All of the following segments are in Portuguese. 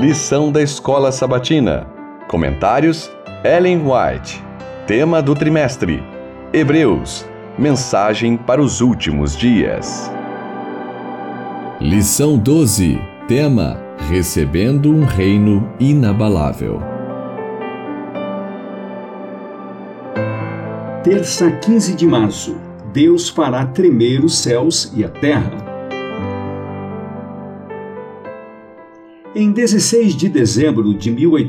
Lição da Escola Sabatina. Comentários: Ellen White. Tema do trimestre: Hebreus. Mensagem para os últimos dias. Lição 12. Tema: Recebendo um reino inabalável. Terça, 15 de março. Deus fará tremer os céus e a terra. Em 16 de dezembro de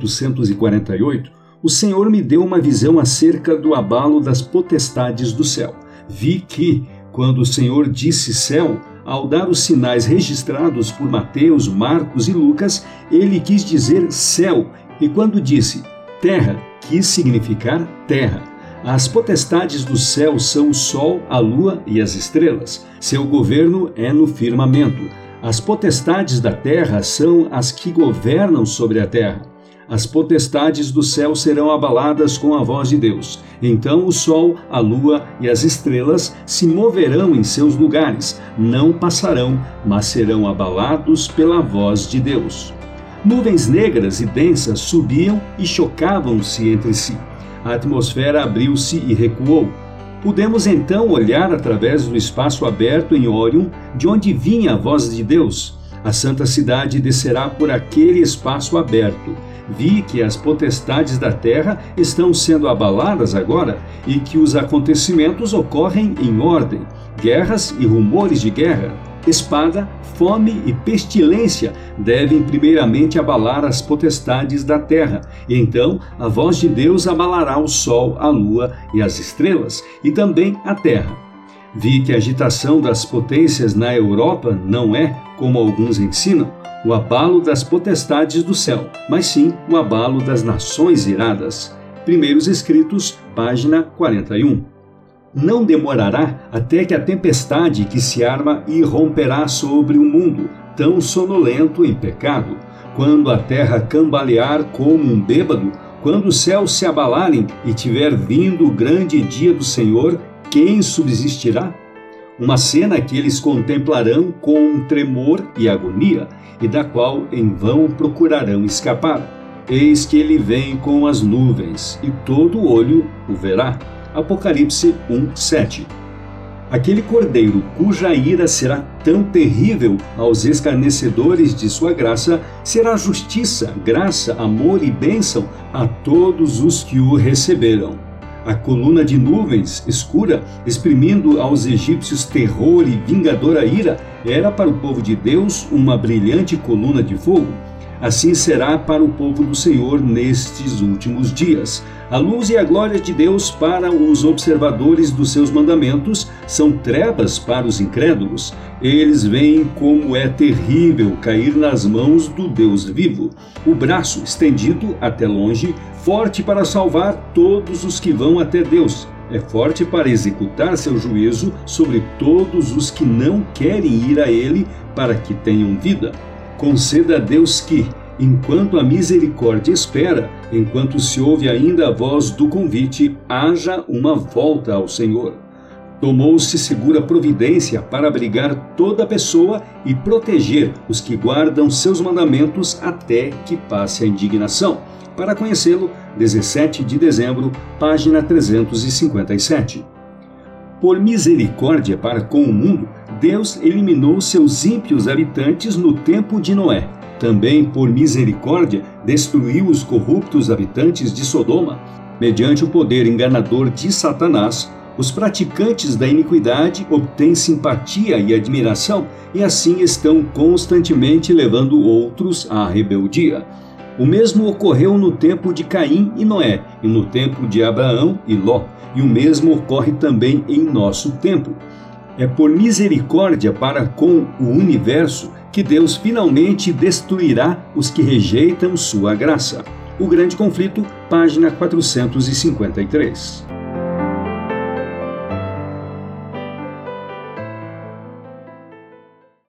1848, o Senhor me deu uma visão acerca do abalo das potestades do céu. Vi que, quando o Senhor disse céu, ao dar os sinais registrados por Mateus, Marcos e Lucas, ele quis dizer céu, e quando disse terra, quis significar terra. As potestades do céu são o sol, a lua e as estrelas. Seu governo é no firmamento. As potestades da terra são as que governam sobre a terra. As potestades do céu serão abaladas com a voz de Deus. Então o sol, a lua e as estrelas se moverão em seus lugares. Não passarão, mas serão abalados pela voz de Deus. Nuvens negras e densas subiam e chocavam-se entre si. A atmosfera abriu-se e recuou. Pudemos então olhar através do espaço aberto em Órion, de onde vinha a voz de Deus. A santa cidade descerá por aquele espaço aberto. Vi que as potestades da terra estão sendo abaladas agora e que os acontecimentos ocorrem em ordem. Guerras e rumores de guerra, espada, fome e pestilência devem primeiramente abalar as potestades da terra, e então a voz de Deus abalará o sol, a lua e as estrelas, e também a terra. Vi que a agitação das potências na Europa não é, como alguns ensinam, o abalo das potestades do céu, mas sim o abalo das nações iradas. Primeiros Escritos, página 41. Não demorará até que a tempestade que se arma irromperá sobre o mundo, tão sonolento em pecado, quando a terra cambalear como um bêbado, quando os céus se abalarem e tiver vindo o grande dia do Senhor, quem subsistirá? Uma cena que eles contemplarão com tremor e agonia, e da qual em vão procurarão escapar. Eis que ele vem com as nuvens, e todo olho o verá. Apocalipse 1:7. Aquele cordeiro cuja ira será tão terrível aos escarnecedores de sua graça, será justiça, graça, amor e bênção a todos os que o receberam. A coluna de nuvens escura, exprimindo aos egípcios terror e vingadora ira, era para o povo de Deus uma brilhante coluna de fogo. Assim será para o povo do Senhor nestes últimos dias. A luz e a glória de Deus para os observadores dos seus mandamentos são trevas para os incrédulos. Eles veem como é terrível cair nas mãos do Deus vivo. O braço estendido até longe, forte para salvar todos os que vão até Deus. É forte para executar seu juízo sobre todos os que não querem ir a Ele para que tenham vida. Conceda a Deus que, enquanto a misericórdia espera, enquanto se ouve ainda a voz do convite, haja uma volta ao Senhor. Tomou-se segura providência para abrigar toda pessoa e proteger os que guardam seus mandamentos até que passe a indignação. Para conhecê-lo, 17 de dezembro, página 357. Por misericórdia para com o mundo, Deus eliminou seus ímpios habitantes no tempo de Noé. Também, por misericórdia, destruiu os corruptos habitantes de Sodoma. Mediante o poder enganador de Satanás, os praticantes da iniquidade obtêm simpatia e admiração e assim estão constantemente levando outros à rebeldia. O mesmo ocorreu no tempo de Caim e Noé, e no tempo de Abraão e Ló, e o mesmo ocorre também em nosso tempo. É por misericórdia para com o universo que Deus finalmente destruirá os que rejeitam sua graça. O Grande Conflito, página 453.